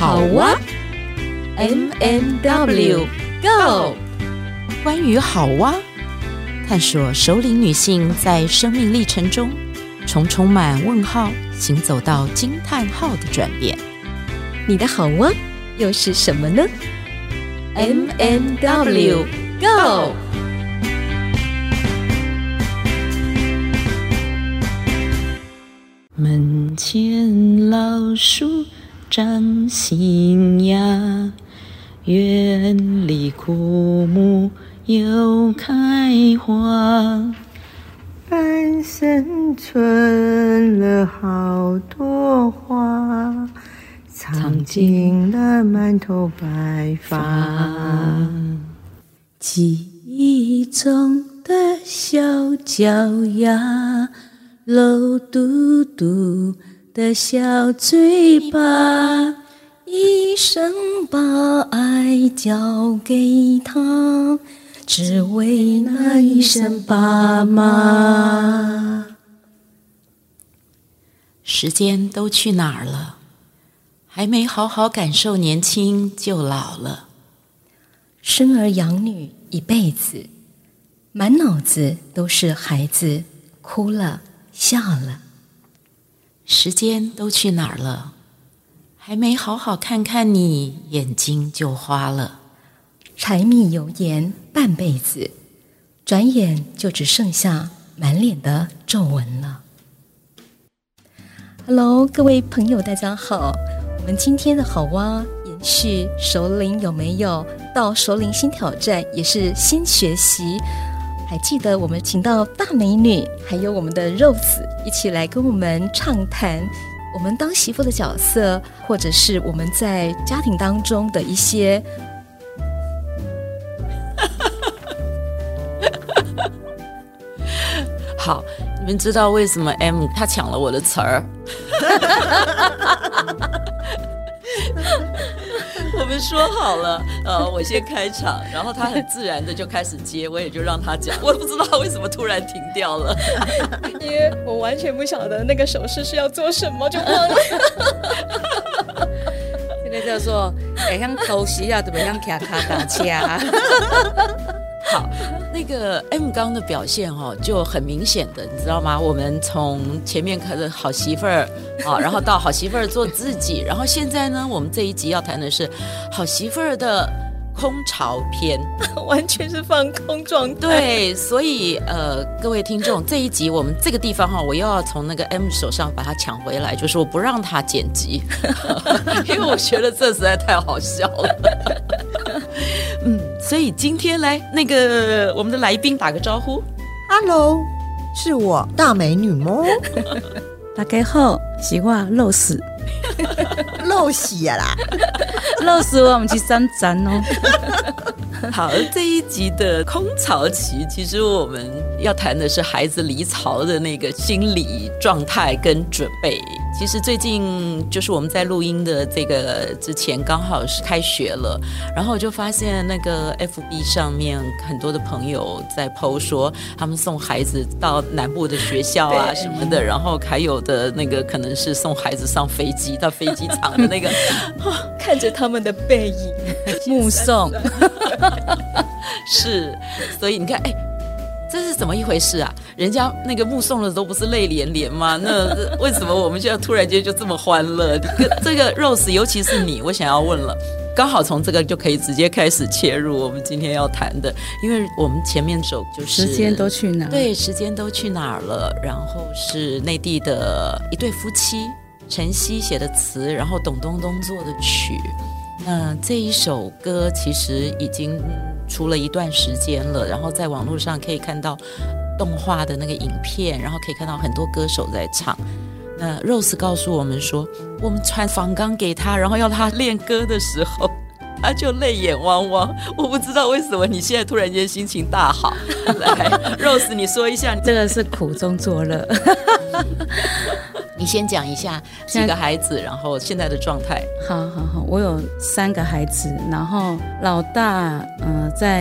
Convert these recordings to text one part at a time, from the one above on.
好哇 ，MMW Go！ 关于好哇，探索熟龄女性在生命历程中从充满问号行走到惊叹号的转变。 你的好哇又是什么呢？ MMW Go！ 门前老树长新芽，园里枯木又开花， 半生存了好多花，藏进了满头白发。 记忆中的小脚丫，露嘟嘟的小嘴巴，一生把爱交给他，只为那一声爸妈。 时间都去哪儿了？还没好好感受年轻就老了。 生儿养女一辈子，满脑子都是孩子，哭了笑了。 时间都去哪儿了？还没好好看看你，眼睛就花了。 柴米油盐半辈子，转眼就只剩下满脸的皱纹了。Hello， 各位朋友，大家好。我们今天的好哇延续熟龄有没有到熟龄新挑战，也是新学习。还记得我们请到大美女还有我们的 Rose 一起来跟我们畅谈我们当媳妇的角色，或者是我们在家庭当中的一些好，你们知道为什么 M 他抢了我的词儿？我们说好了，我先开场，然后他很自然的就开始接，我也就让他讲。我也不知道为什么突然停掉了， 因为我完全不晓得那个手势是要做什么，就忘了。 这个叫做像偷袭啊，怎么样卡卡打架？ 好，那个 M 刚的表现就很明显的，你知道吗？我们从前面看的好媳妇儿然后到好媳妇儿做自己，然后现在呢，我们这一集要谈的是好媳妇儿的空巢篇， 完全是放空状态。 对，所以各位听众，这一集我们这个地方我又要从那个 M 手上把它抢回来，就是我不让他剪辑，因为我觉得这实在太好笑了。所以今天来那个我们的来宾打个招呼。 Hello， 是我大美女吗？ 大家好，是我肉丝， 漏洗啦， 肉丝我们去三站哦。 好，这一集的空巢期，其实我们要谈的是孩子离巢的那个心理状态跟准备。其实最近就是我们在录音的这个之前刚好是开学了，然后我就发现那个 FB 上面很多的朋友在 po 说他们送孩子到南部的学校啊什么的，然后还有的那个可能是送孩子上飞机到飞机场的那个看着他们的背影目送。 是，所以你看这是怎么一回事啊？人家那个目送的都不是泪连连吗？那为什么我们现在突然间就这么欢乐？这个 Rose， 尤其是你，我想要问了，刚好从这个就可以直接开始切入我们今天要谈的，因为我们前面首就是时间都去哪儿？ 对，时间都去哪儿了？然后是内地的一对夫妻，陈曦写的词，然后董东东做的曲。那这一首歌其实已经出了一段时间了，然后在网络上可以看到动画的那个影片，然后可以看到很多歌手在唱。那 Rose 告诉我们说，我们传访纲给他，然后要他练歌的时候，他就泪眼汪汪。我不知道为什么你现在突然间心情大好。来 Rose 你说一下， 这个是苦中作乐。 你先讲一下几个孩子，然后现在的状态。 好，我有3个孩子，然后老大在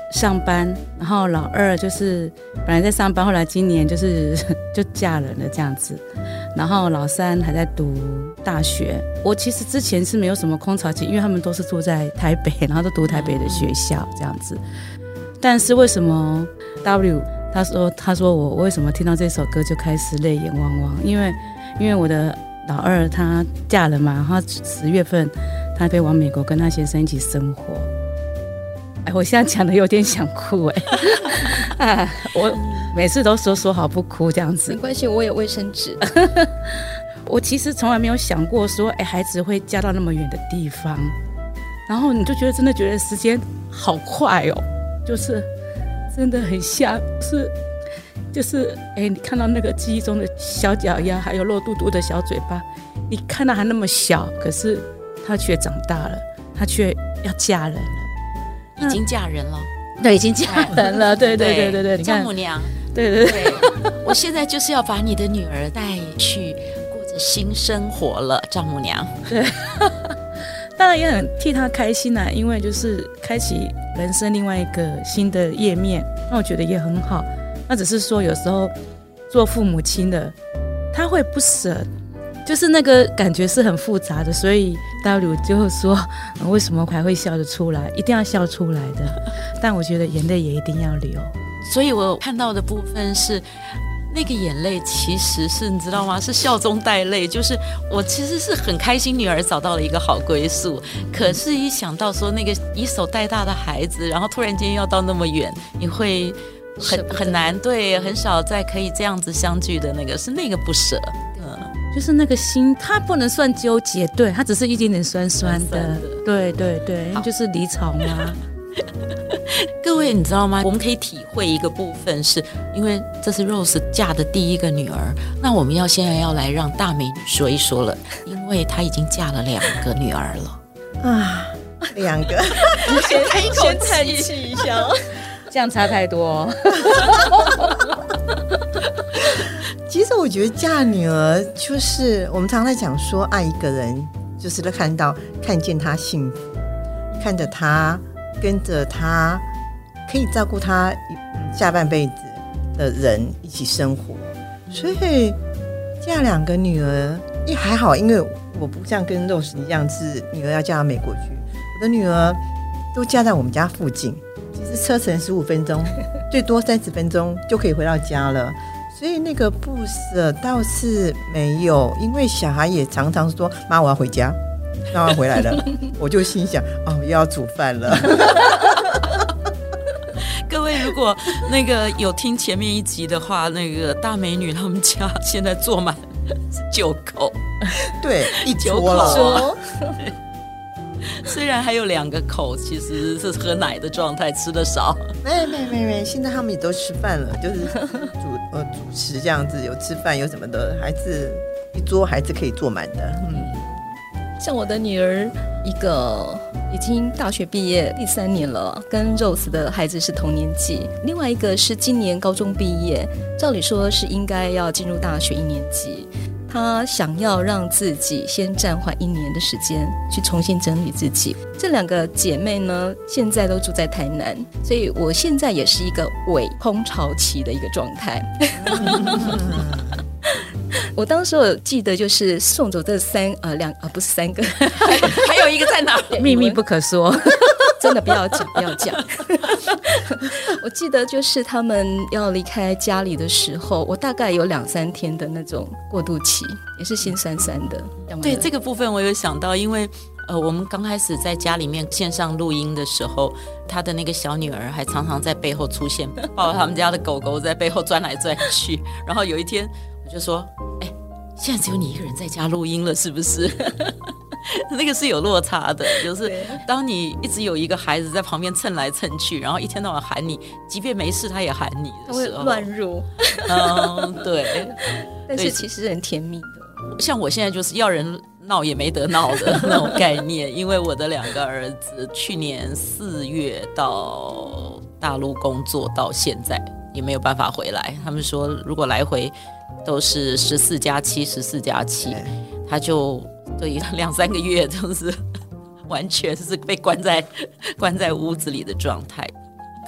上班，然后老二就是本来在上班，后来今年就嫁人了这样子，然后老三还在读大学。我其实之前是没有什么空巢期，因为他们都是住在台北，然后都读台北的学校这样子。但是为什么 W 他说我为什么听到这首歌就开始泪眼汪汪？因为我的老二她嫁了嘛，然后10月份她飞往美国跟她先生一起生活。我现在讲的有点想哭我每次都说好不哭这样子。 没关系，我有卫生纸。 我其实从来没有想过说，孩子会嫁到那么远的地方，然后你就真的觉得时间好快哦，就是真的很像就是你看到那个记忆中的小脚丫，还有肉嘟嘟的小嘴巴，你看到还那么小，可是他却长大了，他却要嫁人了。 已经嫁人了， 对，已经嫁人了，对，你看丈母娘， 对， 我现在就是要把你的女儿带去过着新生活了，丈母娘。 对，当然也很替她开心因为就是开启人生另外一个新的页面，那我觉得也很好。那只是说有时候做父母亲的，他会不舍。就是那个感觉是很复杂的，所以 W 就说为什么还会笑得出来，一定要笑出来的，但我觉得眼泪也一定要流。 所以我看到的部分是那个眼泪其实是你知道吗，是笑中带泪，就是我其实是很开心女儿找到了一个好归宿，可是一想到说那个一手带大的孩子，然后突然间要到那么远，你会很难，对，很少再可以这样子相聚的那个不舍。 就是那个心，它不能算纠结，对，它只是一点点酸酸的，对，就是离巢嘛。 各位你知道吗，我们可以体会一个部分，是因为这是 Rose 嫁的第一个女儿，那我们现在要来让大美女说一说了，因为她已经嫁了2个女儿了 2个先叹气一下这样差太多其实我觉得嫁女儿就是我们常常在讲说，爱一个人就是看见他幸福，看着他跟着他可以照顾他下半辈子的人一起生活。所以嫁2个女儿也还好，因为我不像跟Rose一样是女儿要嫁到美国去，我的女儿都嫁在我们家附近，其实车程15分钟，最多30分钟就可以回到家了。所以那个不舍倒是没有，因为小孩也常常说妈我要回家，妈妈回来了我就心想又要煮饭了各位如果有听前面一集的话，那个大美女他们家现在坐满9口， 对，9 口了虽然还有2个口其实是喝奶的状态，吃得少。 没，现在他们也都吃饭了，就是主持这样子，有吃饭有什么的，还是一桌还是可以坐满的。 像我的女儿一个已经大学毕业第3年了，跟 Rose 的孩子是同年纪，另外一个是今年高中毕业，照理说是应该要进入大学1年级。她想要让自己先暂缓1年的时间，去重新整理自己。这2个姐妹呢，现在都住在台南，所以我现在也是一个伪空巢期的一个状态。我当时我记得就是送走这不是3个， 还有一个在哪？ 秘密不可说。 真的不要讲。我记得就是他们要离开家里的时候，我大概有2-3天的那种过渡期，也是心酸酸的。 对，这个部分我有想到，因为我们刚开始在家里面线上录音的时候，他的那个小女儿还常常在背后出现，抱着他们家的狗狗在背后钻来钻去。然后有一天我就说现在只有你一个人在家录音了是不是？那个是有落差的，就是当你一直有一个孩子在旁边蹭来蹭去，然后一天到晚喊你，即便没事他也喊你的时候， 他会乱入。 对， 但是其实很甜蜜的。 像我现在就是要人闹也没得闹的那种概念，因为我的2个儿子去年4月到大陆工作，到现在也没有办法回来。他们说如果来回都是14+7，他就对2-3个月就是完全是被关在屋子里的状态。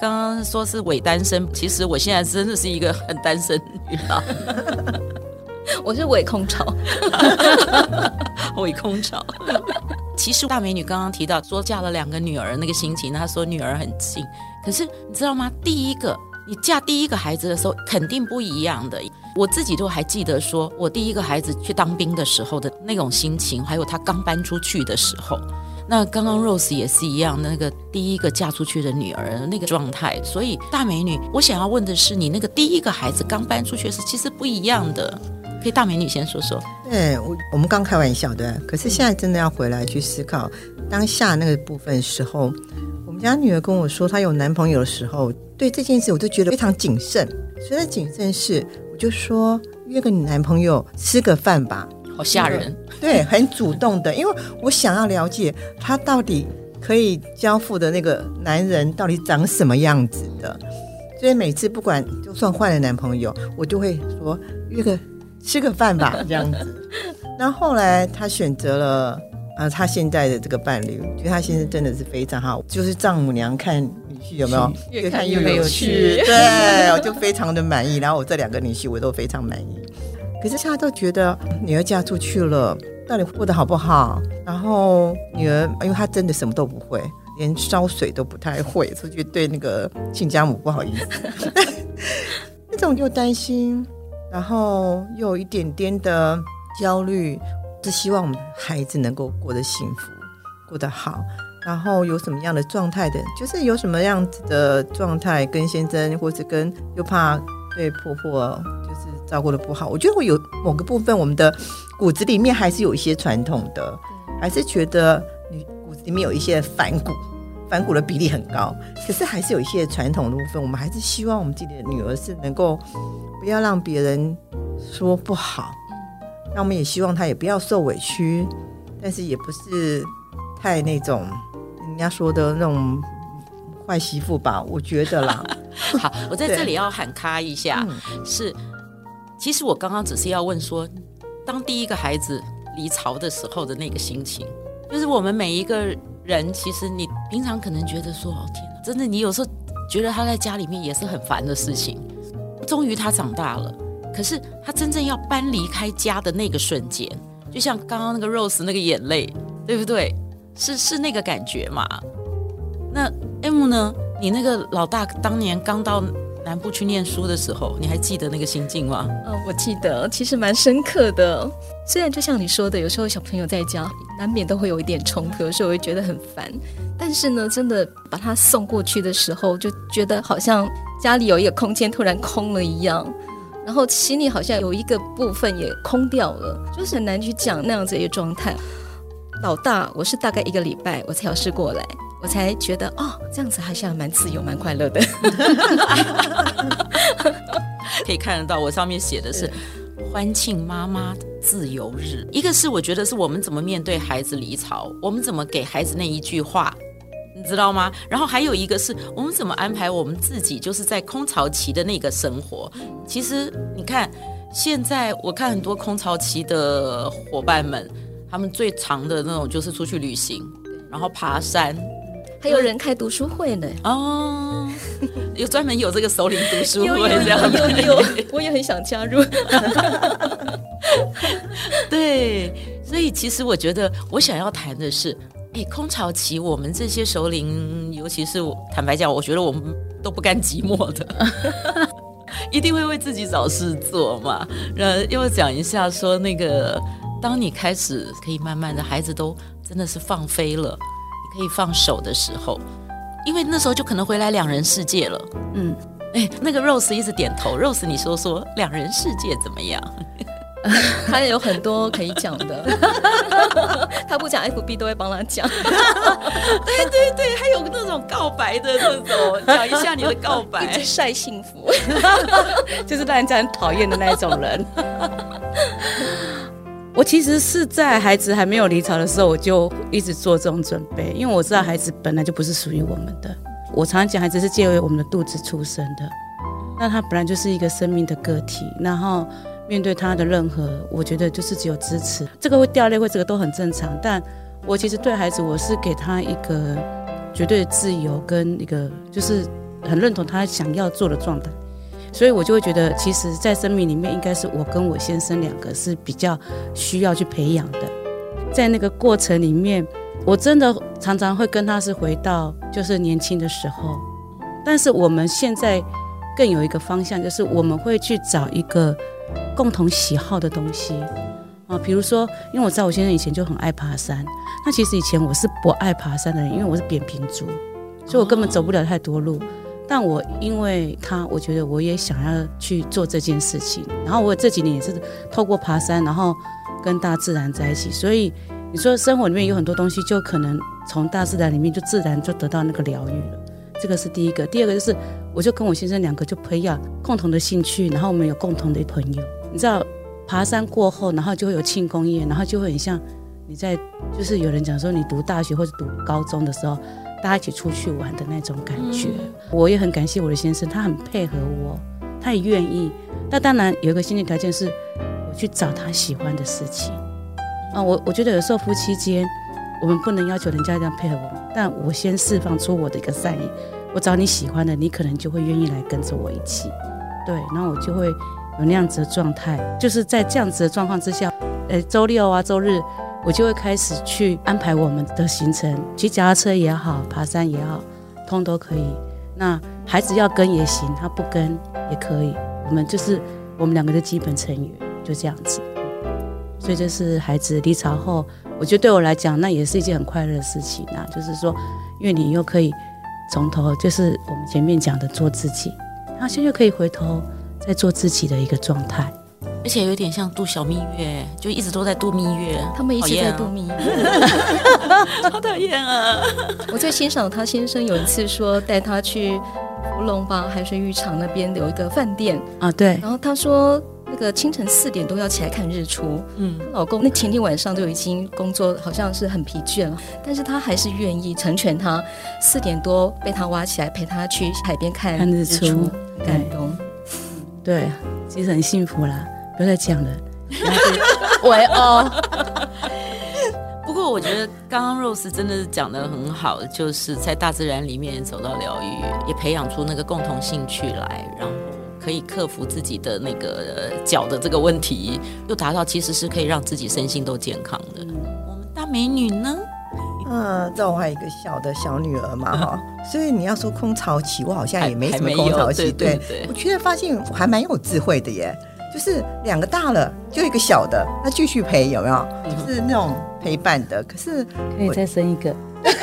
刚刚说是伪单身，其实我现在真的是一个很单身女郎。 我是伪空巢。 伪空巢。其实大美女刚刚提到说嫁了2个女儿那个心情，她说女儿很近，可是你知道吗？你嫁第一个孩子的时候肯定不一样的。我自己都还记得说我第一个孩子去当兵的时候的那种心情，还有她刚搬出去的时候。那刚刚 Rose 也是一样，那个第一个嫁出去的女儿那个状态。所以大美女，我想要问的是，你那个第一个孩子刚搬出去的时候其实不一样的，可以大美女先说说。 对，我们刚开玩笑的，可是现在真的要回来去思考当下那个部分的时候，我们家女儿跟我说她有男朋友的时候，对这件事我就觉得非常谨慎。所以在谨慎是我就说约个你男朋友吃个饭吧。 好吓人。 对，很主动的，因为我想要了解他到底可以交付的那个男人到底长什么样子的。所以每次不管就算换了男朋友，我就会说约个吃个饭吧这样子。然后后来他选择了他现在的这个伴侣，觉得他先生真的是非常好，就是丈母娘看女婿有没有越看越有趣。对，我就非常的满意。然后我这2个女婿我都非常满意。可是现在都觉得女儿嫁出去了到底过得好不好，然后女儿因为她真的什么都不会，连烧水都不太会，所以就对那个亲家母不好意思。那种又担心，然后又有一点点的焦虑，只希望我们孩子能够过得幸福过得好。然后有什么样的状态的，就是有什么样子的状态跟先生或者跟又怕对婆婆就是照顾的不好。我觉得我有某个部分我们的骨子里面还是有一些传统的，还是觉得你骨子里面有一些反骨的比例很高，可是还是有一些传统的部分，我们还是希望我们自己的女儿是能够不要让别人说不好，那我们也希望她也不要受委屈，但是也不是太那种人家说的那种坏媳妇吧，我觉得啦。 好，我在这里要喊卡一下，是其实我刚刚只是要问说，当第一个孩子离巢的时候的那个心情，就是我们每一个人，其实你平常可能觉得说，哦天哪，真的你有时候觉得他在家里面也是很烦的事情，终于他长大了，可是他真正要搬离开家的那个瞬间，就像刚刚那个 Rose 那个眼泪，对不对？是那个感觉嘛。那 M 呢？你那个老大当年刚到南部去念书的时候，你还记得那个心境吗？ 我记得，其实蛮深刻的。虽然就像你说的，有时候小朋友在家难免都会有一点冲突，有时候我会觉得很烦，但是呢，真的把他送过去的时候，就觉得好像家里有一个空间突然空了一样，然后心里好像有一个部分也空掉了，就是很难去讲那样子一个状态。老大，我是大概1个礼拜我才调试过来，我才觉得这样子好像蛮自由蛮快乐的。 可以看得到我上面写的是欢庆妈妈自由日，一个是我觉得是我们怎么面对孩子离巢，我们怎么给孩子那一句话，你知道吗？然后还有一个是我们怎么安排我们自己就是在空巢期的那个生活。其实你看现在我看很多空巢期的伙伴们，他们最长的那种就是出去旅行，然后爬山， 还有人开读书会呢。 有专门有这个首领读书会这样有，我也很想加入。 对，所以其实我觉得我想要谈的是，空巢期我们这些首领，尤其是坦白讲，我觉得我们都不甘寂寞的。一定会为自己找事做嘛。要讲一下说那个，当你开始可以慢慢的，孩子都真的是放飞了，你可以放手的时候，因为那时候就可能回来2人世界了。那个 Rose 一直点头。Rose 你说2人世界怎么样？ 他有很多可以讲的。他不讲 FB 都会帮他讲。 对对对，还有那种告白的那种，讲一下你的告白， 一直晒幸福。 就是让人家很讨厌的那种人。我其实是在孩子还没有离巢的时候，我就一直做这种准备，因为我知道孩子本来就不是属于我们的。我常常讲，孩子是借由我们的肚子出生的，那他本来就是一个生命的个体，然后面对他的任何，我觉得就是只有支持。这个会掉泪，会这个都很正常，但我其实对孩子，我是给他一个绝对的自由跟一个就是很认同他想要做的状态。所以我就会觉得，其实在生命里面应该是我跟我先生两个是比较需要去培养的。在那个过程里面，我真的常常会跟他是回到就是年轻的时候，但是我们现在更有一个方向，就是我们会去找一个共同喜好的东西啊，比如说，因为我知道我先生以前就很爱爬山，那其实以前我是不爱爬山的人，因为我是扁平足，所以我根本走不了太多路。但我因为他，我觉得我也想要去做这件事情。然后我这几年也是透过爬山，然后跟大自然在一起。所以你说生活里面有很多东西，就可能从大自然里面就自然就得到那个疗愈了。这个是第一个。第二个就是，我就跟我先生两个就培养共同的兴趣，然后我们有共同的朋友。你知道，爬山过后，然后就会有庆功宴，然后就会很像你在，就是有人讲说你读大学或者读高中的时候。大家一起出去玩的那种感觉，我也很感谢我的先生，他很配合我，他也愿意。那当然有一个先决条件是，我去找他喜欢的事情啊。我觉得有时候夫妻间，我们不能要求人家这样配合我们，但我先释放出我的一个善意，我找你喜欢的，你可能就会愿意来跟着我一起。对，然后我就会有那样子的状态，就是在这样子的状况之下，周六啊、周日。我就会开始去安排我们的行程，骑脚踏车也好，爬山也好，通都可以。那孩子要跟也行，他不跟也可以。我们两个的基本成员，就这样子。所以这是孩子离巢后，我觉得对我来讲，那也是一件很快乐的事情啊。就是说，因为你又可以从头，就是我们前面讲的做自己，然后现在又可以回头再做自己的一个状态。 而且有点像度小蜜月，就一直都在度蜜月。 他们一直在度蜜月， 好讨厌啊！ 我最欣赏他先生有一次说带他去福隆吧海水浴场那边有一个饭店啊，对。 然后他说那个清晨4点都要起来看日出。她老公那前天晚上就已经工作好像是很疲倦了，但是他还是愿意成全他4点多被他挖起来陪他去海边看日出，感动。 对，其实很幸福啦。不要再讲了，喂哦。 不过我觉得刚刚 Rose 真的讲得很好，就是在大自然里面走到疗愈，也培养出那个共同兴趣来，然后可以克服自己的那个脚的这个问题，又达到其实是可以让自己身心都健康的。我们大美女呢？ 这我还有一个小女儿嘛哈，所以你要说空巢期，我好像也没什么空巢期。对，我觉得发现我还蛮有智慧的耶。就是2个大了，就一个小的，那继续陪有没有？就是那种陪伴的。可是可以再生一个，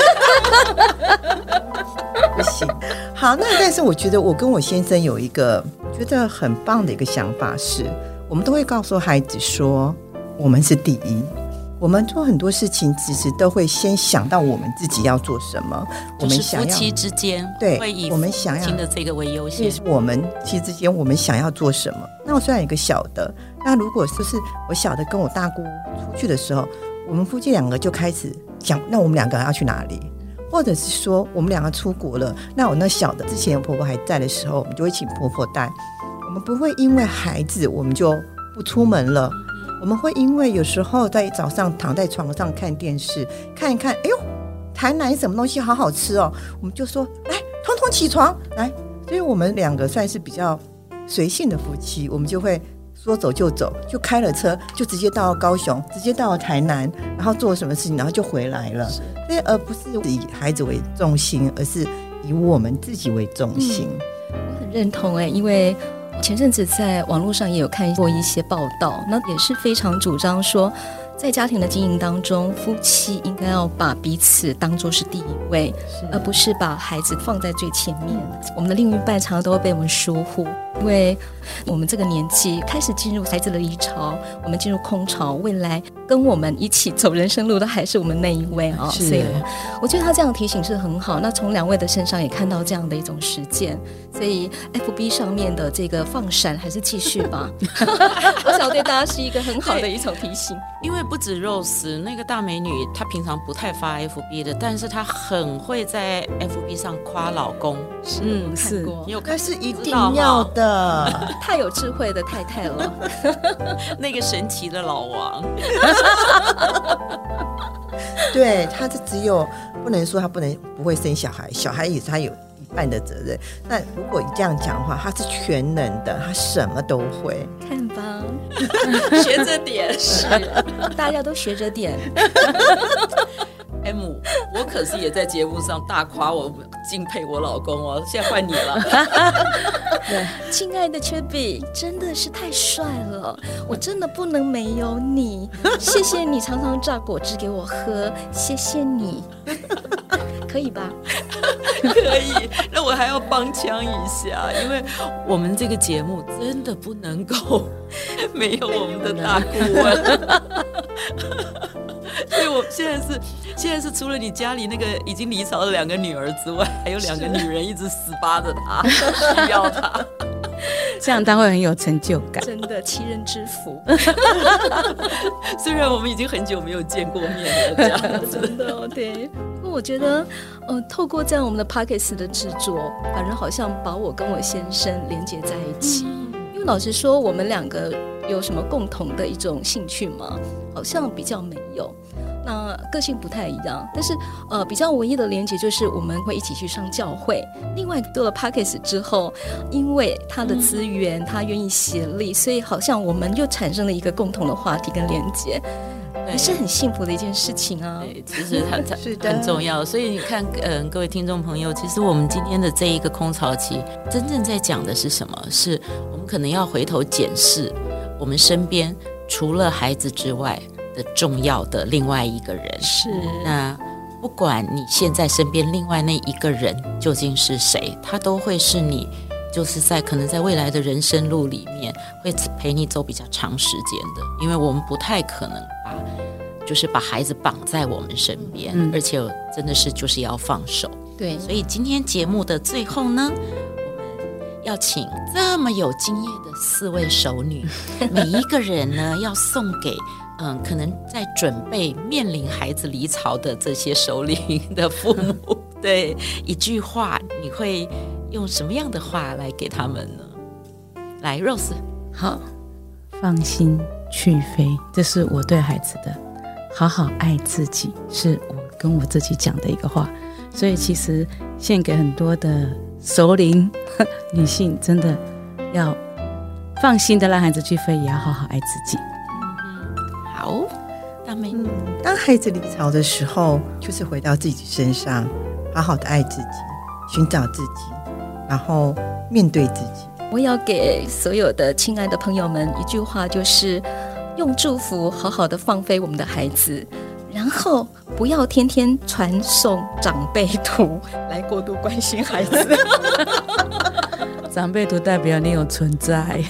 不行。好，那但是我觉得我跟我先生有一个觉得很棒的一个想法是，我们都会告诉孩子说，我们是第一。我们做很多事情，其实都会先想到我们自己要做什么。我们想要就是夫妻之间， 对， 会以我们想要亲的这个为优先。 我们妻之间，我们想要做什么？那我虽然有一个小的，那如果就是我小的跟我大姑出去的时候，我们夫妻2个就开始想，那我们2个要去哪里？或者是说，我们2个出国了，那我那小的之前我婆婆还在的时候，我们就会请婆婆带。我们不会因为孩子我们就不出门了。我们会因为有时候在早上躺在床上看电视，看一看，哎呦，台南什么东西好好吃哦，我们就说来，通通起床来。所以我们2个算是比较随性的夫妻，我们就会说走就走，就开了车就直接到高雄，直接到台南，然后做什么事情，然后就回来了。所以而不是以孩子为重心，而是以我们自己为重心。 我很认同因为前阵子在网络上也有看过一些报道，那也是非常主张说，在家庭的经营当中，夫妻应该要把彼此当作是第一位，而不是把孩子放在最前面。我们的另一半常常都会被我们疏忽，因为我们这个年纪开始进入孩子的离巢，我们进入空巢，未来跟我们一起走人生路的还是我们那一位啊。所以我觉得他这样提醒是很好。那从2位的身上也看到这样的一种实践，所以 FB 上面的这个放闪还是继续吧。我想对大家是一个很好的一种提醒。 因为不止 Rose 那个大美女，她平常不太发 FB 的，但是她很会在 FB 上夸老公。 是你有看？ 那是一定要的， 太有智慧的太太了。 那个神奇的老王。 对，他只有不能说他不会生小孩，小孩也是他有一半的责任。那如果你这样讲的话，他是全能的，他什么都会。 看吧， 学着点。 是大家都学着点。 M， 我可是也在节目上大夸我敬佩我老公哦，现在换你了。 亲爱的 Chubby， 真的是太帅了，我真的不能没有你。谢谢你常常榨果汁给我喝，谢谢你。可以吧？ 可以，那我还要帮腔一下，因为我们这个节目真的不能够没有我们的大顾问。所以我现在是除了你家里那个已经离巢的2个女儿之外，还有2个女人一直死扒着他，需要他， 这样他会很有成就感。 真的7人之福。 虽然我们已经很久没有见过面了，这样子真的哦，对。不过我觉得，透过这样我们的 Podcast 的制作，反而好像把我跟我先生连接在一起。因为老实说，我们2个有什么共同的一种兴趣吗？好像比较没有。那个性不太一样，但是比较唯一的连结就是我们会一起去上教会。另外做了 Podcast 之后，因为他的资源，他愿意协力，所以好像我们又产生了一个共同的话题跟连结，也是很幸福的一件事情啊。 对，其实它很重要。所以你看，各位听众朋友，其实我们今天的这一个空巢期，真正在讲的是什么？是我们可能要回头检视我们身边除了孩子之外的重要的另外一个人。 是， 那不管你现在身边另外那一个人究竟是谁，他都会是你就是可能在未来的人生路里面会陪你走比较长时间的，因为我们不太可能把孩子绑在我们身边，而且真的是就是要放手。 对， 所以今天节目的最后呢，我们要请这么有经验的4位熟女，每一个人呢要送给可能在准备面临孩子离巢的这些熟龄的父母，对，一句话，你会用什么样的话来给他们呢？来 ，Rose， 好，放心去飞，这是我对孩子的。好好爱自己，是我跟我自己讲的一个话。所以其实献给很多的熟龄女性，真的要放心的让孩子去飞，也要好好爱自己。 好，大妹， 当孩子离巢的时候，就是回到自己身上，好好的爱自己，寻找自己，然后面对自己。 我要给所有的亲爱的朋友们一句话，就是用祝福好好的放飞我们的孩子，然后不要天天传送长辈图来过度关心孩子。 长辈图代表你有存在。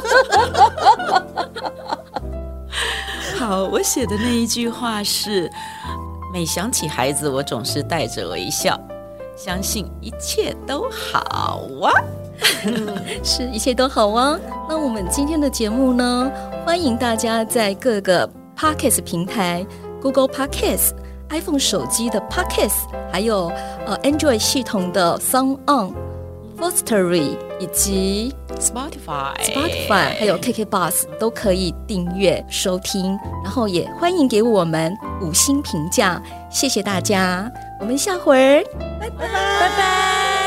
好，我写的那一句话是：每想起孩子，我总是带着微笑，相信一切都好啊。 是，一切都好啊。那我们今天的节目呢，欢迎大家在各个 Podcast 平台 Google Podcast、iPhone 手机的 Podcast， 还有Android 系统的 Sound On、Firstory 以及 Spotify 还有 KKBOX 都可以订阅收听，然后也欢迎给我们5星评价，谢谢大家，我们下回拜拜。